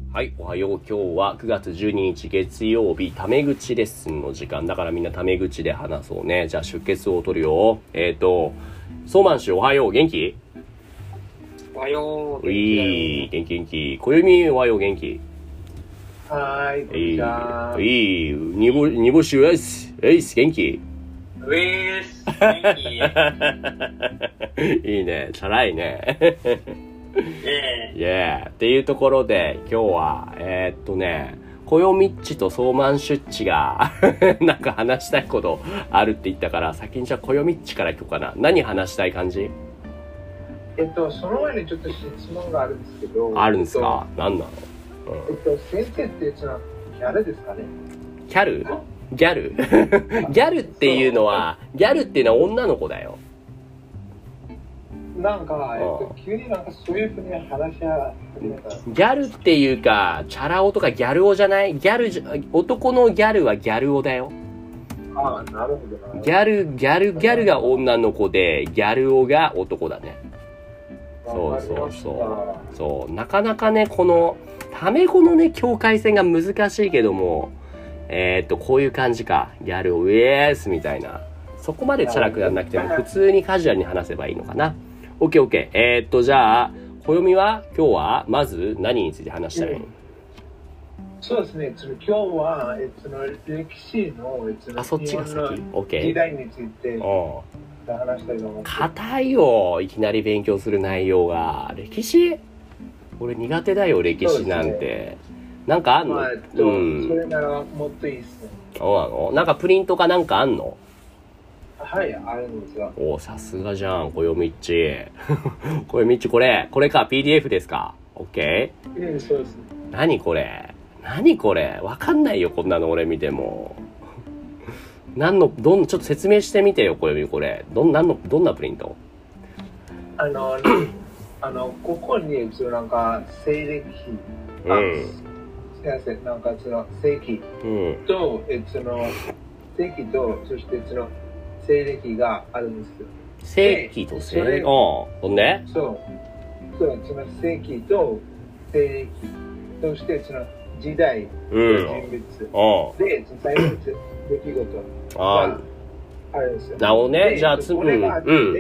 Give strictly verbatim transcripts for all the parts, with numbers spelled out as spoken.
はい、おはよう。今日はくがつじゅうににち月曜日、タメ口レッスンの時間だからみんなタメ口で話そうね。じゃあ出血を取るよ。えっ、ー、と、ソーマン氏おはよう。元気？ おはよう。 ういー、元気元気。小弓おはよう。元気？ はーい、こんにちは。 ういー、にぼ、にぼしうえす。えいす、元気？ うえーす。元気？ いいね。チャラいね。 イェーイ。 イェーっていうところで今日はえー、っとねコヨミッチとソーマンシュッチがなんか話したいことあるって言ったから先にじゃあコヨミッチからいこうかな。何話したい感じ？ えっとその前にちょっと質問があるんですけど。 あるんですか？ えっと、 何なの？ うん、えっと先生ってそのギャルですかね？ キャル？ギャル？ギャルっていうのはギャルっていうのは女の子だよ。 なんか、えっと、急になんかそういうふうに話し合う。 ギャルっていうか、チャラ男とかギャル男じゃない？ギャルじゃ、男のギャルはギャル男だよ。 ああ、なるほどな。 ギャル、ギャル、ギャルが女の子で、ギャル男が男だね。そうそうそう。そう。なかなかね、この、タメ語のね、境界線が難しいけども、えー、っと、こういう感じか。ギャルウェースみたいな。そこまでチャラくやんなくても、普通にカジュアルに話せばいいのかな。オッケーオッケー。えー、っと、じゃあ、暦は今日はまず何について話したいの？うん、 そうですね。今日は、えっと、歴史の、えっと、 あ、そっちが先？オッケー。 時代について話したいと思って。 硬いよ。いきなり勉強する内容が。歴史？俺苦手だよ、歴史なんて。ね、なんかあんの？まあ、えっと、うん。 それならもっといいですね。 そうなの？なんかプリントかなんかあんの？ はい、あるんですよ。 お、さすがじゃん、こよみっち。こよみっち、これ、これか、ピーディーエフ ですか？オッケー？うん、そうですね。 何これ？何これ？わかんないよ、こんなの俺見ても。何の、どん、ちょっと説明してみてよ、こよみ、これ。どん、何の、どんなプリント？ あの、あの、ここに、なんか、西暦。 うん。 すいません、なんか、その、世紀と、うん、え、その、世紀と、そして、その、西暦があるんですよ。 世紀と西暦？うん。ほんで？ そう。そう、その世紀と西暦。そして、その時代、人物、うん、で、最後の出来事があるんですよ。 なるほどね。じゃあ、つこれがあって、うん、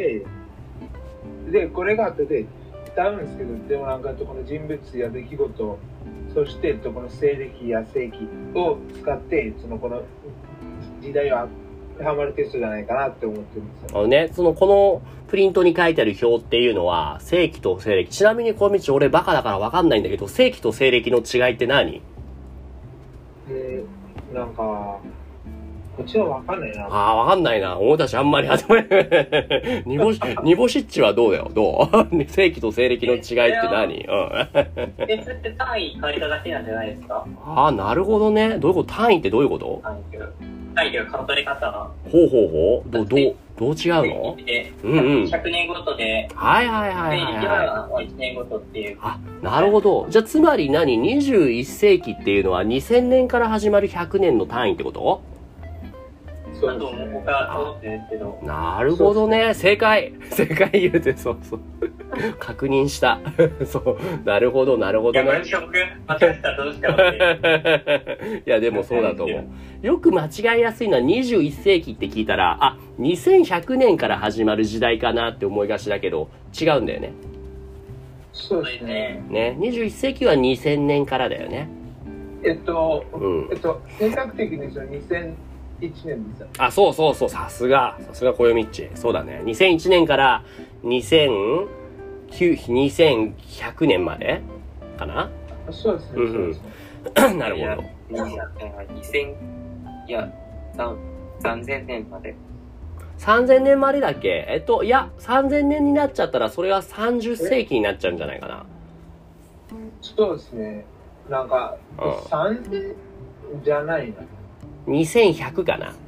で、これがあってで、多分ですけど、でもなんか、この人物や出来事、そして、この西暦や世紀を使って、その、この時代をハマるテストじゃないかなって思ってるんですよ。 あのね、その、このプリントに書いてある表っていうのは、正規と西暦。ちなみにこの道俺バカだからわかんないんだけど、正規と西暦の違いって何？ えー、なんか、こっちはわかんないな。 ああ、わかんないな。俺たちあんまり頭に、煮干し、煮干しっちはどうだよ、どう？正規と西暦の違いって何？うん。 え、それって単位変えただけなんじゃないですか？ ああ、なるほどね。どういうこと？単位ってどういうこと？ 単位単位で数え方が。 ほうほうほう。どう、どう、どう違うの？うんうん。 ひゃくねんごとで。 はいはいはいはい、はい。 西暦はいちねんごとっていう。 あ、なるほど。じゃあつまり何？ にじゅういっ 世紀っていうのはにせんねんから始まるひゃくねんの単位ってこと？ そうだと思う。僕は思ってるんですけど。 なるほどね。正解。正解言うて、そうそう。確認した。そう。なるほど、なるほどね。 いや、僕、間違ったらどうしよう。 いや、でもそうだと思う。よく間違いやすいのはにじゅういっ世紀って聞いたら、あ、にせんひゃくねんから始まる時代かなって思いがちだけど、違うんだよね。 そうですね。 ね。にじゅういっ世紀はにせんねんからだよね。 えっと、うん、えっと、正確的にそのにせんいちねんですよ。 あ、そうそうそう、さすが。さすが小読みっち。そうだね。にせんいちねんからにせんきゅう、にせんひゃくねんまでかな？ そうですね。うんうん、そうですね。なるほど。 にせん、いや、さんぜんねんまで。 さんぜんねんまでだっけ？えっと、いや、さんぜんねんになっちゃったら、それはさんじゅっ世紀になっちゃうんじゃないかな。 そうですね。なんか、うん、さんぜんじゃないな。 にせんひゃくかな。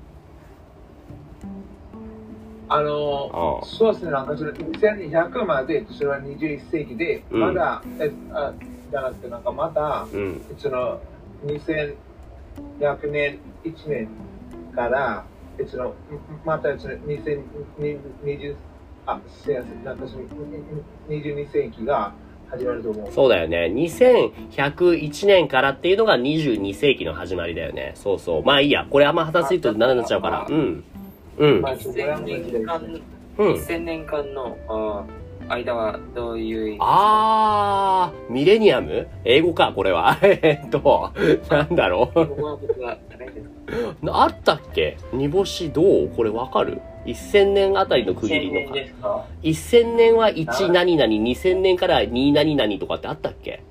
あのー、そうですね、なんかそれにせんにひゃくまで、それはにじゅういっ世紀で、うん、まだ、え、あ、じゃなくて、なんかまだ、うん、その、にせんひゃくねん、いちねんから、え、その、また、その、にせんにじゅう、あ、すいません、なんかその、にじゅうに世紀が始まると思う。 そうだよね。にせんひゃくいちねんからっていうのがにじゅうに世紀の始まりだよね。そうそう。まあいいや。これあんま話すと長くなっちゃうから。うん。うん。 いっせんねんかん、うん、いっせんねんかんのあ間はどういう意味ですか？ あー、ミレニアム？英語か、これは。えっと、なんだろう。あったっけ？煮干しどう？これわかる？いっせんねんあたりの区切りのか。いっせんねんはいち何々、にせんねんからに何々とかってあったっけ？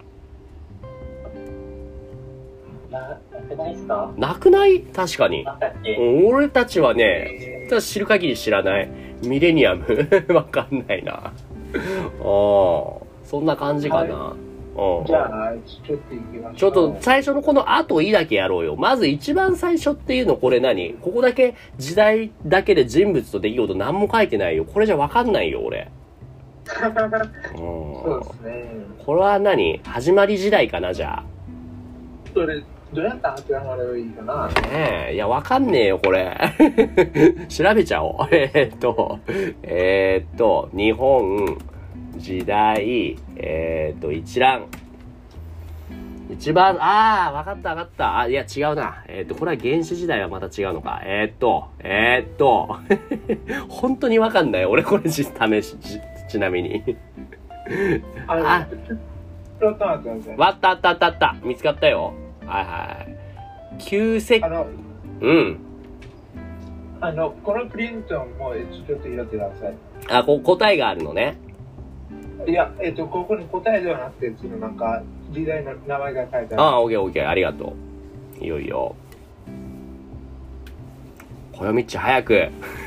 な、なくないですか？ なくない？確かに。 あったっけ？ 俺たちはね、知る限り知らない。ミレニアムわかんないな。ああ、そんな感じかな。 うん、じゃあ、ちょっと行きましょう。 ちょっと最初のこのあといだけやろうよ。まず一番最初っていうのこれ何？ここだけ時代だけで人物と出来事何も書いてないよ。これじゃわかんないよ、俺。 うん、そうですね。 これは何？始まり時代かな、じゃあ。 それ、どうやったら当てはまればいいかな？ ねえ、いや、わかんねえよ、これ。調べちゃおう。えー、っと、えー、っと、日本、時代、えー、っと、一覧。一番、あー、わかったわかった。あ、いや、違うな。えー、っと、これは原始時代はまた違うのか。えー、っと、えー、っと、本当にわかんない。俺これ試し、ち、ちなみに。 あ、あちょっと待ってください。 わったあったあったあった。見つかったよ。はいはい。旧石、 あの、 うん。 あの、このプリントもちょっと入れてください。 あ、こ答えがあるのね。 いや、えっと、ここに答えではなくて、そのなんか、時代の名前が書いてある。 ああ、オッケーオッケー、ありがとう。いよいよ。こよみっち早く。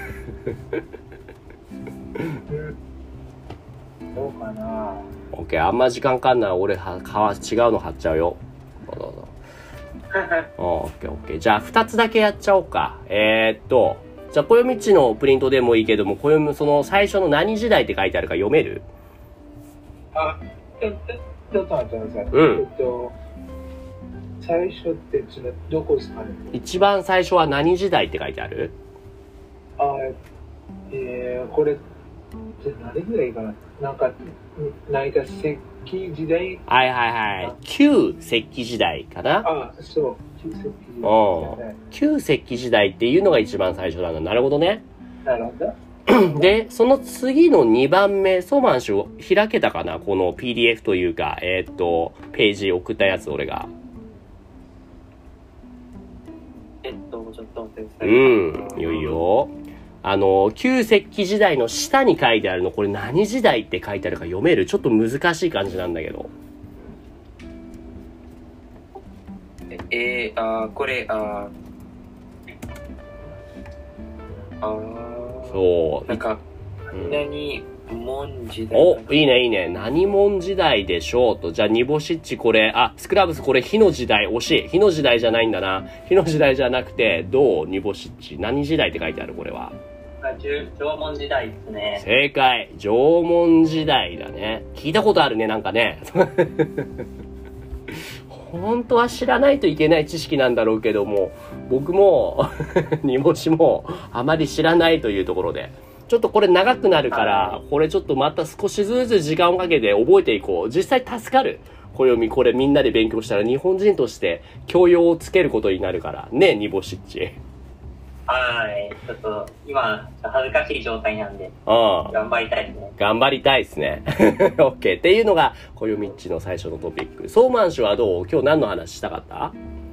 どうかな。 オッケー、あんま時間かんない。俺は、は、違うの貼っちゃうよ。どうぞどうぞ。オッケーオッケー。じゃあ、二つだけやっちゃおうか。えー、っと、じゃあ、こよみっちのプリントでもいいけども、こよみ、その最初の何時代って書いてあるか読める？ あ、ちょっと、ちょっと待ってください。 うん。 えっと、最初ってちょっとどこですかね？ 一番最初は何時代って書いてある？ あ、えー、これ、何ぐらいかな？なんか、何か石器時代？ はいはいはい。旧石器時代かな？ あ、そう。旧石器時代、 ね。旧石器時代っていうのが一番最初なんだ。なるほどね。 なるほど。 で、その次のにばんめ、ソーマン氏を開けたかな？この ピーディーエフ というか、えー、っと、ページ送ったやつ、俺が。 えっと、ちょっと待ってください。 うん、いよいよ。あの、旧石器時代の下に書いてあるの、これ何時代って書いてあるか読める？ちょっと難しい感じなんだけど。 えー、あー、これ、あー、あー、 そう。 なんか、何文時代、 お、いいねいいね。何文時代でしょうと。じゃあ、煮干しっちこれ、あ、スクラブスこれ火の時代、惜しい。火の時代じゃないんだな。火の時代じゃなくて、どう煮干しっち。何時代って書いてあるこれは。 縄文時代ですね。 正解。縄文時代だね。聞いたことあるね、なんかね。本当は知らないといけない知識なんだろうけども、僕も、煮干しも、あまり知らないというところで。ちょっとこれ長くなるから、これちょっとまた少しずつ時間をかけて覚えていこう。実際助かる。暦、これみんなで勉強したら日本人として教養をつけることになるから。ね、煮干しっち。 はい。ちょっと、今、恥ずかしい状態なんで、 ああ頑張りたいですね。 頑張りたいですね。オッケー。っていうのが、暦っちの最初のトピック。ソーマン氏はどう？今日何の話したかった？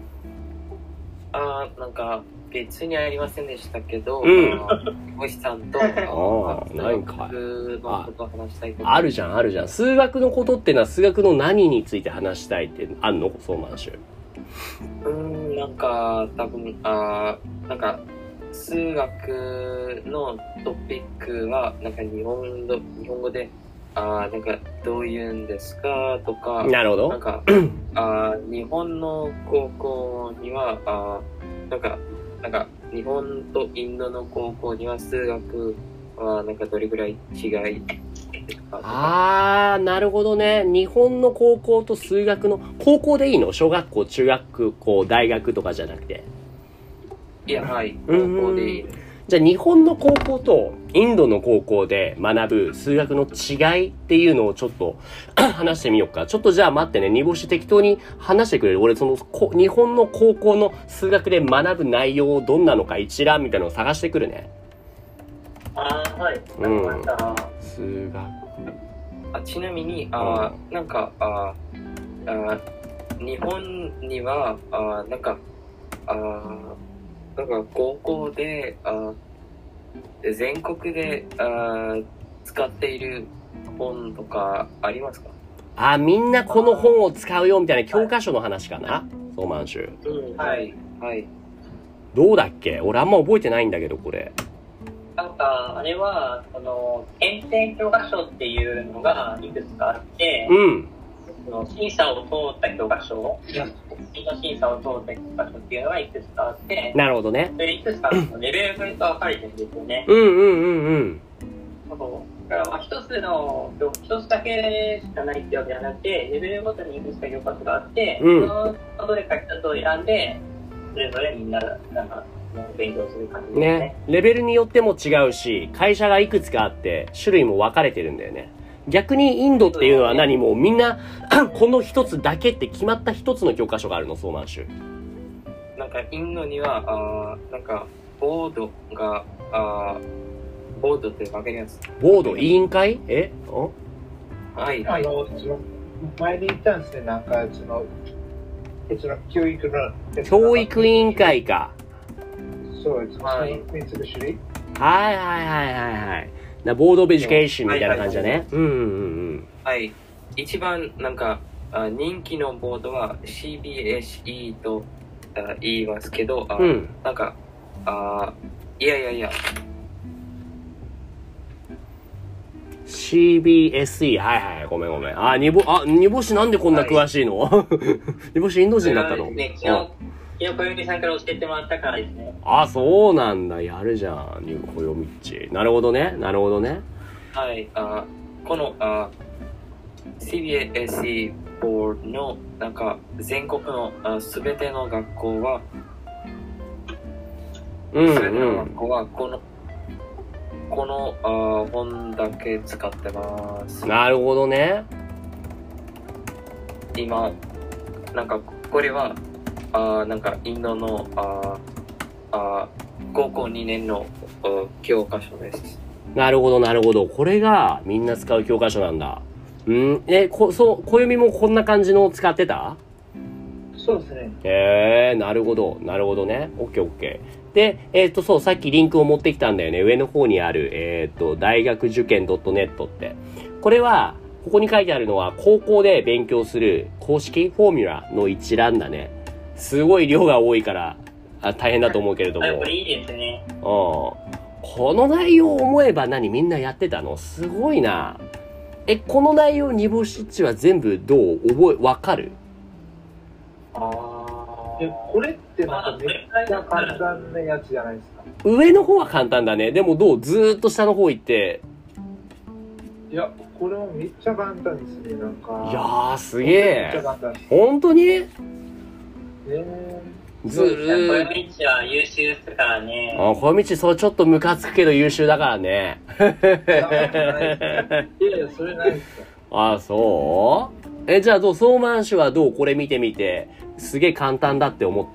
あー、なんか、別にありませんでしたけど、 うん。 星さんと、 ああ、なんか。 のことを話したいと思います。 あるじゃん、あるじゃん。数学のことってのは数学の何について話したいってあんの？ソーマン氏。 うーん、なんか、多分、あー、なんか、数学のトピックは、なんか日本語、日本語で、あー、なんか、どういうんですかとか、 なるほど。 なんか、あー、日本の高校には、あー、なんか、なんか、日本とインドの高校には数学は、なんかどれぐらい違いですか？ あー、なるほどね。日本の高校と数学の、高校でいいの？小学校、中学校、大学とかじゃなくて。 いや、はい。高校でいい。 じゃあ日本の高校とインドの高校で学ぶ数学の違いっていうのをちょっと話してみようか。ちょっとじゃあ待ってね、煮干し適当に話してくれる？俺そのこ日本の高校の数学で学ぶ内容をどんなのか一覧みたいなのを探してくるね。 ああ、はい。 うん。 わかりました。 数学。 あ、ちなみに、あ、うん、なんか、あ、あ、日本には、あ、なんか、あ、なんか高校で、あ、全国であ使っている本とかありますか？ あ、みんなこの本を使うよみたいな教科書の話かな、ソーマンシュ。 うん、はい、はい。 どうだっけ？俺あんま覚えてないんだけど、これ。 なんか、あれは、その、検定教科書っていうのがいくつかあって、 うん。 その審査を通った教科書、審査を通った教科書っていうのがいくつかあって、 なるほどね。 それいくつかレベル分と分かれてるんですよね。 うんうんうんうん。 そうだからまあ一つの、一つだけしかないってわけじゃなくて、レベルごとにいくつか教科書があって、うん、そのどれか一つを選んで、それぞれみんな、なんか、勉強する感じですね。ね。 レベルによっても違うし、会社がいくつかあって、種類も分かれてるんだよね。逆にインドっていうのは何もみんなこの一つだけって決まった一つの教科書があるの、ソーマンシュ。 なんかインドにはあなんかボードがあボードってわかります？ ボード委員会？え？ はい。 あの前に言ったんですね。なんかそのその教育の教育委員会か。 そう、はい。みっつの種類。 はいはいはいはいはい。なボードオブエデュケーションみたいな感じだね。うんうんうん。 はい。一番なんかあ人気のボードは シービーエスイー とあ言いますけど、あ、うん、なんかあいやいやいや。 シービーエスイー はいはいごめんごめん。あ煮干あ煮干しなんでこんな詳しいの？はい、煮干しインド人だったの？ ね、昨日昨日小指さんから教えてもらったからですね。 あ、そうなんだ。やるじゃん。ニューコヨミッチ。なるほどね。なるほどね。 はい。あこのあ シービーエスイー ボードのなんか全国のすべての学校はすべ、うんうん、ての学校はこのこのあ本だけ使ってます。 なるほどね。 今なんかこれはあなんかインドのああ高校にねんの教科書です。 なるほどなるほど。これがみんな使う教科書なんだ。んえこそう小読もこんな感じの使ってた？ そうですね。 へえー、なるほどなるほどね。オッケーオッケー。でえっ、ー、とそうさっきリンクを持ってきたんだよね。上の方にあるえっ、ー、と大学受験 .net って。これはここに書いてあるのは高校で勉強する公式フォーミュラの一覧だね。すごい量が多いからあ大変だと思うけれども。 これいいですね。 うん。この内容を思えば何みんなやってたの？すごいな。え、この内容煮干しっちは全部どう覚え、わかる？ ああ。え、これってなんかめっちゃ簡単なやつじゃないですか。 上の方は簡単だね。でもどう？ずーっと下の方行って。 いや、これもめっちゃ簡単ですね。なんか。 いやー、すげえ。 めっちゃ簡単です。 本当に？ えー。 ずるー。 小道は優秀ですからね。 あ、小道そうちょっとムカつくけど優秀だからね。 いやいや、それないですか。 あ、そうえ、じゃあどうソーマン氏はどうこれ見てみて、すげえ簡単だって思った？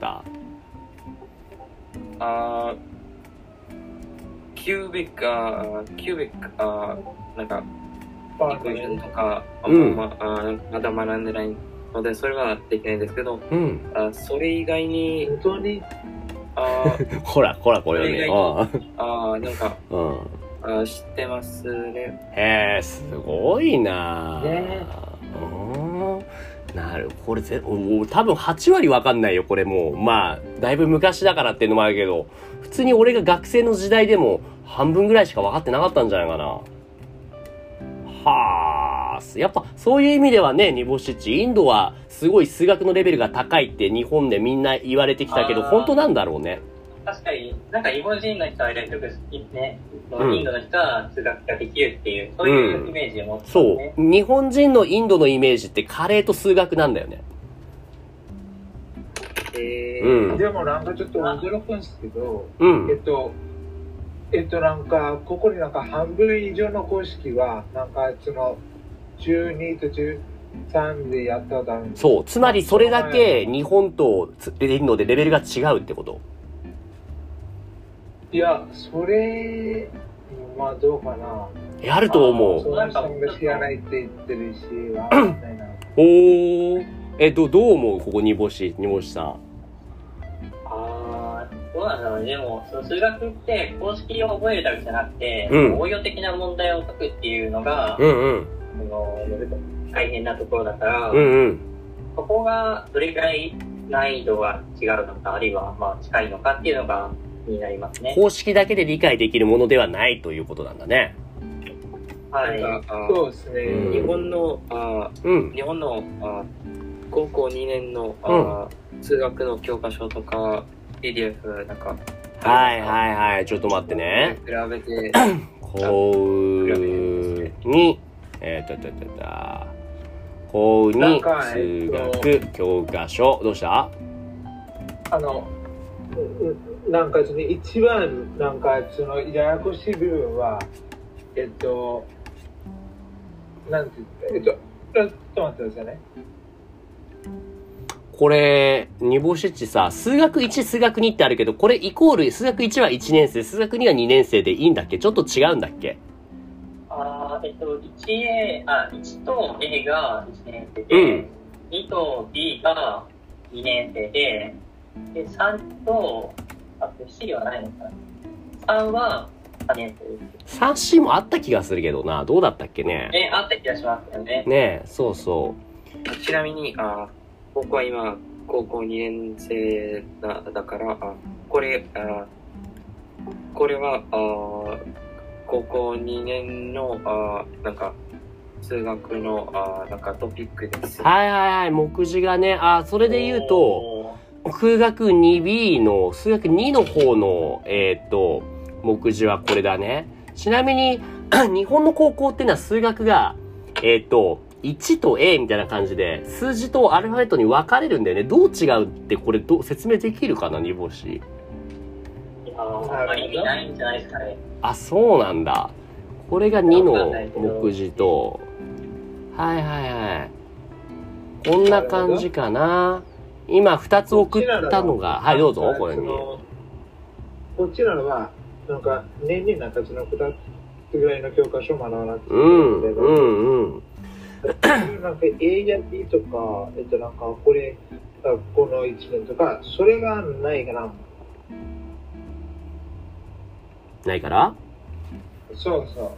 あー、キュービック、あキュービック、あなんか、イクエーションとか、うん、まあ、まだ学んでないので、それはできないんですけど、 うん、 あそれ以外に、 本当にあほら、ほら、これね。 ああ、なんか、 うん、 あ知ってますね。 へえ、すごいなぁ。 ねうん、なるこれぜ多分はち割わかんないよ、これもう。まあ、だいぶ昔だからっていうのもあるけど、普通に俺が学生の時代でも半分ぐらいしか分かってなかったんじゃないかな。はあ、やっぱそういう意味ではね、煮干しっち、インドはすごい数学のレベルが高いって日本でみんな言われてきたけど、本当なんだろうね。 確かに、なんか日本人の人はよくね、インドの人は数学ができるっていう、そういうイメージを持ってますね、 うん。そう。日本人のインドのイメージってカレーと数学なんだよね。 えー、うん。でもなんかちょっと驚くんですけど、 うん、 えっと、 えっとなんかここになんか半分以上の公式はなんかそのじゅうにとじゅうさんでやっただろう。 そう。つまりそれだけ日本といるのでレベルが違うってこと。 いや、それ、まあどうかな。 やると思う。 その人も知らないって言ってるし、わかんないな。 おー。え、ど、どう思うここ煮干し、煮干しさん。 あー、どうなんだろうね。でも、その数学って公式を覚えるだけじゃなくて、 うん、 応用的な問題を解くっていうのが、 うんうん。 その大変なところだから、 うんうん。 ここがどれくらい難易度が違うのか、あるいはまあ近いのかっていうのが気になりますね。 公式だけで理解できるものではないということなんだね。 はい。 そうですね。 うん、日本の、あうん、日本のあ高校にねんのあ、うん、数学の教科書とか ピーディーエフ なんか。 はいはいはい。ちょっと待ってね。 比べて。 こうに、えー、っと、と、と、と、こうに、数学、教科書、どうした？ あの、なんかその一番、なんかそのややこしい部分は、えっと、なんて言った、えっと、ちょっと待ってくださいね。 これ、煮干しっちさ、数学いち、数学にってあるけど、これイコール、数学いちはいちねん生、数学にはにねん生でいいんだっけ？ちょっと違うんだっけ？ あー、えっと、いちエー、あ、いちと A がいちねん生で、うん、にと B がにねん生で、で、さんと、あと C はないのかな？ さん はさんねん生です。 さんシー もあった気がするけどな、どうだったっけね。 え、あった気がしますよね。 ねえ、そうそう。 ちなみに、あ、僕は今、高校にねん生だ、だから、あ、これ、あ、これは、あ、高校にねんの、あ、なんか、数学の、あ、なんかトピックです。 はいはいはい、目次がね、あ、それで言うと、数学 にビー の、数学にの方の、えー、っと、目次はこれだね。ちなみに、日本の高校っていうのは数学が、えー、っと、いちと A みたいな感じで、数字とアルファベットに分かれるんだよね。どう違うって、これどう、説明できるかな、煮干し。 あんまり意味ないんじゃないですかね。 あ、そうなんだ。これがにの目次と、はいはいはい。こんな感じかな。今ふたつ送ったのが、はい、どうぞ、これに。 こっちなのは、なんか、年になんかそのふたつぐらいの教科書を学ばなくていけないんだけど、うんうんうん。なんか A や B とか、えっとなんかこれ、このいちねんとか、それがないかな。 ないからそうそう。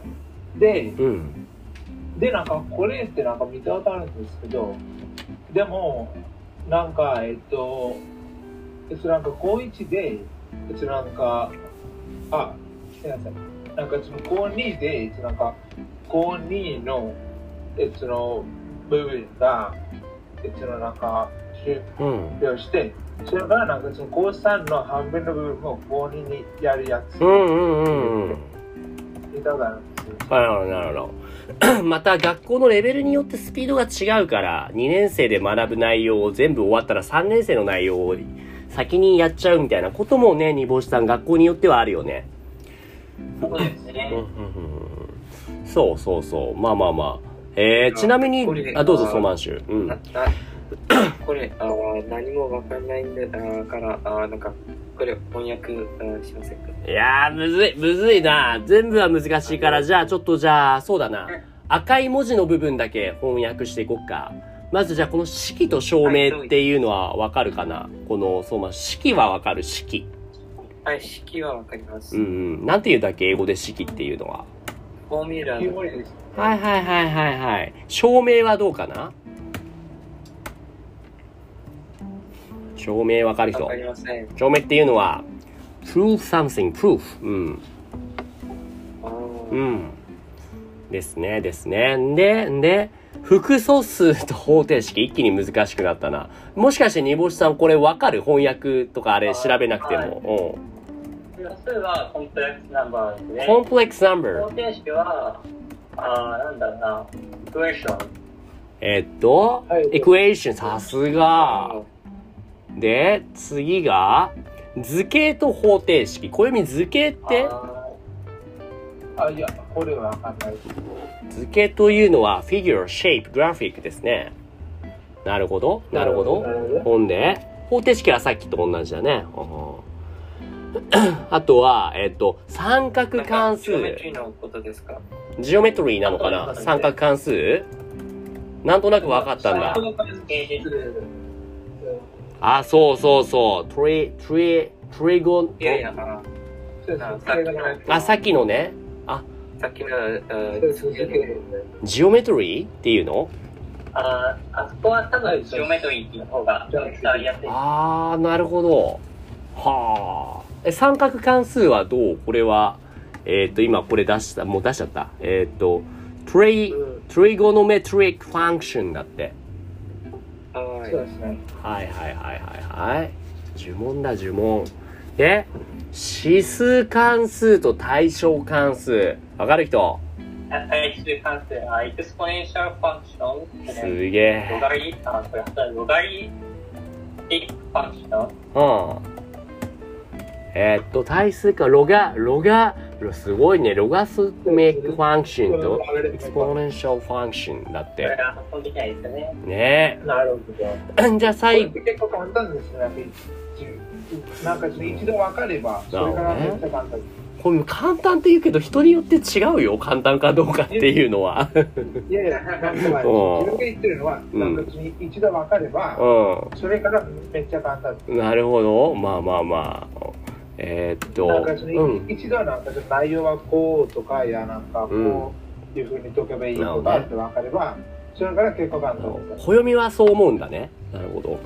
で、 うん、 で、なんかこれってなんか見たことあるんですけど、でも、なんか、えっと、えっとなんか高いちで、えっとなんか、あ、すみません。なんかその高にで、えっとなんか、高にの、えっとの部分が、えっとなんか、終了して、うん、それがなんかその高さんの半分の部分を高ににやるやつ。 うんうんうんうん。 見たことあるんですよ。 なるほど、なるほど。また学校のレベルによってスピードが違うから、にねん生で学ぶ内容を全部終わったらさんねん生の内容を先にやっちゃうみたいなこともね、煮干しさん学校によってはあるよね。 そうですね。 そうそうそう。まあまあまあ。えー、ちなみに、あ、どうぞ、ソーマンシュ。うん。 これ、あ何もわかんないんだから、あなんか、これ翻訳しませんか？ いやー、むずい、むずいな。全部は難しいから、じゃあ、ちょっとじゃあ、そうだな。赤い文字の部分だけ翻訳していこっか。まずじゃあ、この式と証明っていうのはわかるかな？この、そうま、式はわかる、式。 はい、式はわかります。 うんうん。なんて言うんだっけ、英語で式っていうのは。 フォーミュラー。 はいはいはいはいはい。証明はどうかな？証明わかる人。 わかりません。 証明っていうのは、prove something, proof。うん。うん。ですね、ですね。んで、んで、複素数と方程式一気に難しくなったな。もしかして煮干しさんこれわかる？翻訳とかあれ調べなくても。 うん。複数はコンプレックスナンバーですね。 コンプレックスナンバー。 方程式は、あー、なんだろうな、イクエーション。 えっと、イクエーション、さすが。で、次が、図形と方程式。小読み図形ってあ、いや、これはわかんない。 図形というのは、フィギュア、シェイプ、グラフィックですね。なるほど。なるほど。ほんで、方程式はさっきと同じだね。あとは、えっと、三角関数。 ジオメトリーのことですか？ ジオメトリーなのかな？三角関数？なんとなく分かったんだ。あ、そうそうそう。トリ、トリ、トリゴン。 いやいや、 あ、さっきのね。あ、 さっきの、 ジオメトリーっていうの？ ああそこは多分ジオメトリーっていう方が伝わりやすい。 あー、なるほど。はあ。え、三角関数はどう？これは、えっと、今これ出した、もう出しちゃった。えっと、トリ、トリゴノメトリックファンクションだって。 はい。 そうですね。 はいはいはいはいはい。呪文だ呪文。で、指数関数と対象関数。わかる人？ 対数関数はエクスポネンシャルファンクション。 すげえ。 ロガリ、あ、これ、ロガリティックファンクション。 うん。えー、っと、対数か、ロガ、ロガ、すごいね、ロガスメイクファンクションとエクスポネンシャルファンクションだって。 これが発音できないですよね。 ねえ。なるほど。 じゃあ最後。 結構簡単ですね。なんか一度分かれば、それからめっちゃ簡単です。 これ簡単って言うけど、人によって違うよ。簡単かどうかっていうのは。 いやいや、なんか自分が言ってるのは、なんか一度分かれば、うん、それからめっちゃ簡単です。 なるほど。まあまあまあ。えー、っと、 なんかその、うん、一度なんか内容はこうとか、いやなんかこういうふうに解けばいいとかって分かれば、それから結構簡単です。 暦はそう思うんだね。なるほど。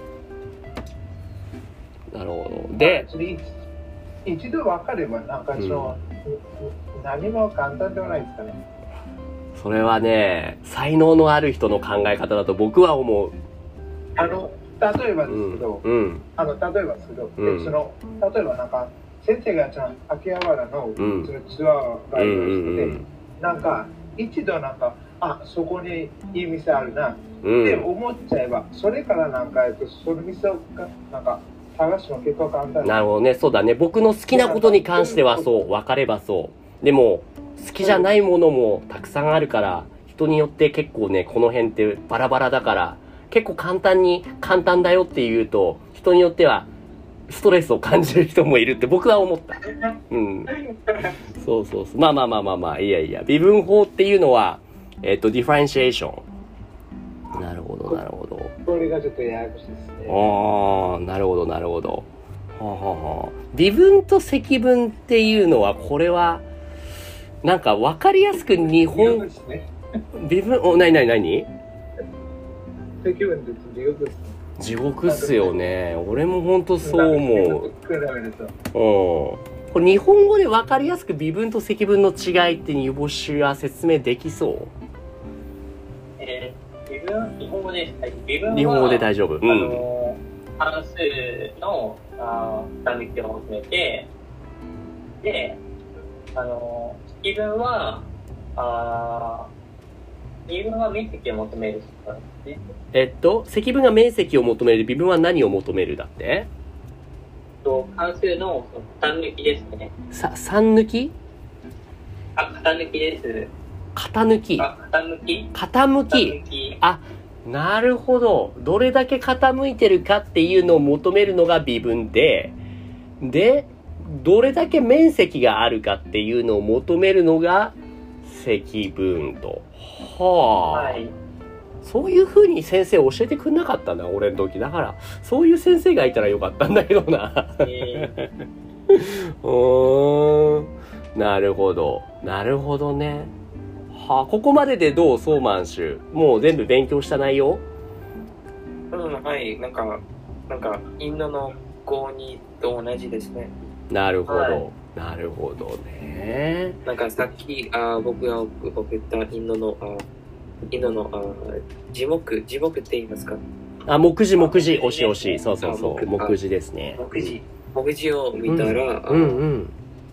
なるほど。で、 一度分かればなんかその、うん、何も簡単ではないですかね。 それはね、才能のある人の考え方だと僕は思う。 あの例えばですけど、うんうん、あの例えばですけど、うん、その例えばなんか先生が秋葉原の、うん、そのツアーガイドをしてて、なんか一度なんかあそこにいい店あるなって思っちゃえば、それからなんかその店をなんか探すの結構簡単。 なるほどね、そうだね。僕の好きなことに関してはそう分かればそう。でも好きじゃないものもたくさんあるから、人によって結構ねこの辺ってバラバラだから。結構簡単に簡単だよって言うと人によってはストレスを感じる人もいるって僕は思った。うん。そうそうそう。まあまあまあまあまあいやいや。微分法っていうのはえっとディファレンシエーション。なるほどなるほど。 これがちょっとややこしいですね。 ああなるほどなるほど。はあ、はあはあ、微分と積分っていうのはこれはなんか分かりやすく日本微分おなになになに積分って地獄ですね。 地獄っすよね。俺も本当そう思う。うん。これ日本語で分かりやすく微分と積分の違いって煮干しは説明できそう？ えー、微分日本語で微分は日本語で大丈夫。うん。 あの関数のあ算抜きを求めて、で、あの積分はあ微分は面積を求めるからですね。 えっと、積分が面積を求める、微分は何を求めるだって？ と関数の算抜きですね。 さ、算抜き？ あ、型抜きです。 型抜き？ あ、型抜き？ 傾き。あ、なるほど。どれだけ傾いてるかっていうのを求めるのが微分で、で、どれだけ面積があるかっていうのを求めるのが積分と。はあ、はい、そういう風に先生教えてくんなかったんだ俺の時だからそういう先生がいたらよかったんだけどな、えー、うーんなるほどなるほどね。はあ、ここまででどうソーマンシュもう全部勉強した内容？ うんはいなんかなんかインドの高にと同じですね。 なるほど、はい、 なるほどね。 なんかさっきあ僕が送ったインドのあインドのあ字幕字幕って言いますか？ あ目次目次押し押しそうそうそう目次ですね。 目次目次を見たら、 うん、うんうん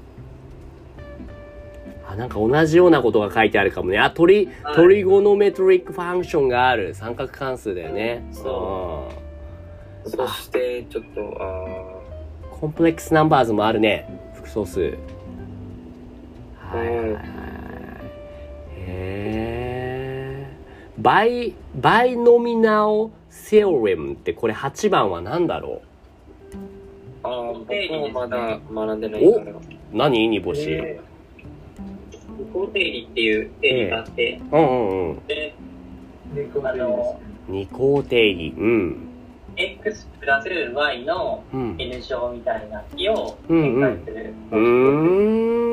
あなんか同じようなことが書いてあるかもね。あトリトリゴノメトリックファンクションがある三角関数だよね。 そうそしてちょっとあコンプレックスナンバーズもあるね。複素数。はいはいはい。 バイ、バイノミナルセオレムってこれはちばんは何だろう？ああ、僕もまだ学んでないから。 お、何煮干し？ 二項定理っていう定理があって、 うんうんうん。 で、 あの二項定理、うん。 x プラス y の n 乗みたいな比を展開する。うん、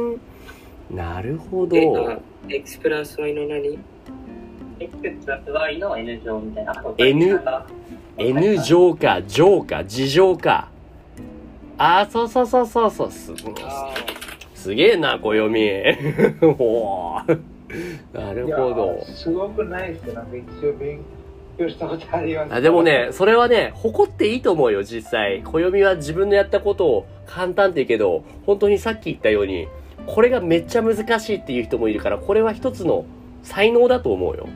うん。なるほど。 x プラス y の何？ x プラス y の n 乗みたいな。 n、n 乗か、乗か、次乗か。あ、そうそうそうそうそう。す, すげえな、暦。おなるほど。 すごくないですよ。なんか一応勉強したことあります。 あ、でもね、それはね、誇っていいと思うよ、実際。暦は自分のやったことを簡単って言うけど、本当にさっき言ったように、これがめっちゃ難しいっていう人もいるから、これは一つの才能だと思うよ。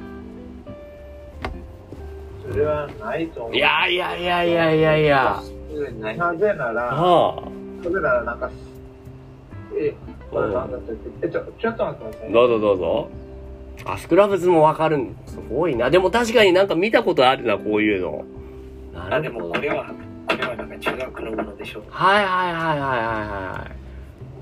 それはないと思う。 いやいやいやいやいやいや。 なぜなら、 はあ、 なぜならなんか、え、これなんだったっけ、え、ちょ、ちょっと待ってください。 どうぞどうぞ。あ、スクラブズもわかるん、すごいな。でも確かになんか見たことあるな、こういうの。 なるほど。あ、でもこれは、これはなんか中学のものでしょう。 はいはいはいはいはいはい。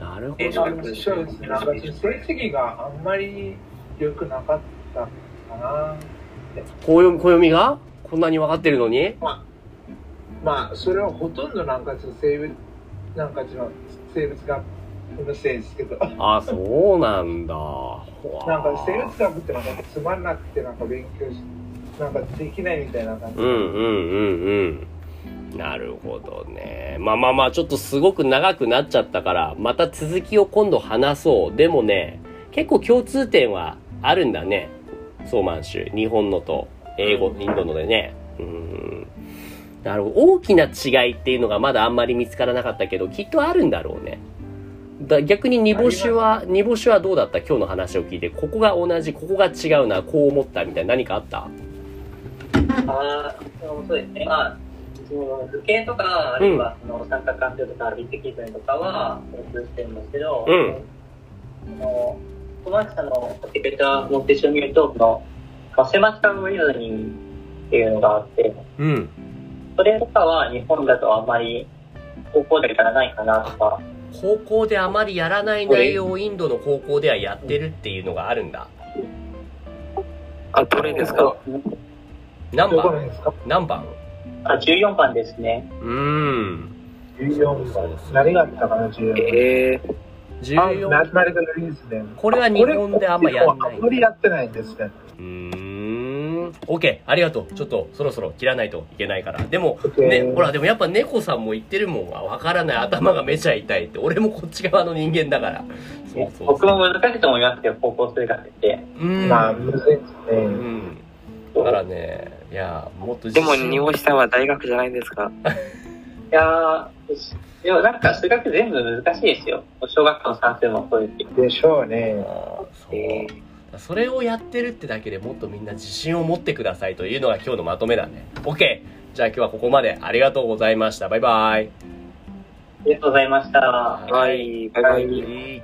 なるほど。 そうですね。なんか成績があんまり良くなかったかな。 暦、暦がこんなに分かってるのに、 まあ、まあ、それはほとんどなんか生物、なんかの生物学のせいですけど。 あ、そうなんだ。 なんか生物学ってなんかつまんなくてなんか勉強し、なんかできないみたいな感じ。 うんうんうんうん。なるほどね。まあまあまあ、ちょっとすごく長くなっちゃったから、また続きを今度話そう。でもね、結構共通点はあるんだね。ソーマン州。日本のと英語、インドのでね。うーん。なるほど。大きな違いっていうのがまだあんまり見つからなかったけど、きっとあるんだろうね。だ逆に煮干しは、煮干しはどうだった？今日の話を聞いて、ここが同じ、ここが違うな、こう思ったみたいな何かあった？ ああ、そうですね。まあ、その図形とか、あるいはその三角関数とか立体基準とかは共通してるんですけど、 うん。 あの小松さんの書き方の手帳を見ると、このマセマティカルリーズニングっていうのがあって、 うん。 それとかは日本だとあんまり高校でやらないかなとか。 高校であまりやらない内容をインドの高校ではやってるっていうのがあるんだ。 あ、どれですか？ 何番？何番？ あ、じゅうよんばんですね。 うーん。 じゅうよんばん。何があったかな、じゅうよんばん。 えー。 じゅうよん。これは日本であんまやらない。 あんまりやってないんですね。 うーん。OK、ありがとう。ちょっとそろそろ切らないといけないから。でも、ね、ほら、でもやっぱ猫さんも言ってるもん。わからない。頭がめちゃ痛いって。俺もこっち側の人間だから。 そうそうそう。僕も難しいと思いますけど、高校数学って。 うん。まあ、むずいですね。うん。だからね、いや、もっとでも、煮干しさんは大学じゃないんですか？ いやー、でもなんか数学全部難しいですよ。小学校の算数もそうですでしょうね。 あそう、えー、それをやってるってだけでもっとみんな自信を持ってくださいというのが今日のまとめだね。OK。じゃあ今日はここまでありがとうございました。バイバイ。 ありがとうございました。 はい、バイバイ。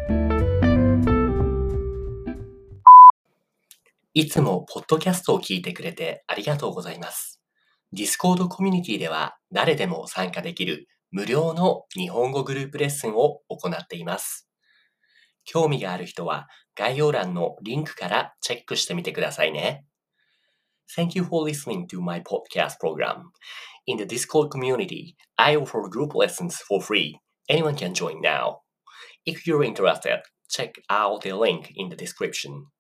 いつもポッドキャストを聞いてくれてありがとうございます。Discord コミュニティでは誰でも参加できる無料の日本語グループレッスンを行っています。興味がある人は概要欄のリンクからチェックしてみてくださいね。Thank you for listening to my podcast program. In the Discord community, I offer group lessons for free. Anyone can join now. If you're interested, check out the link in the description.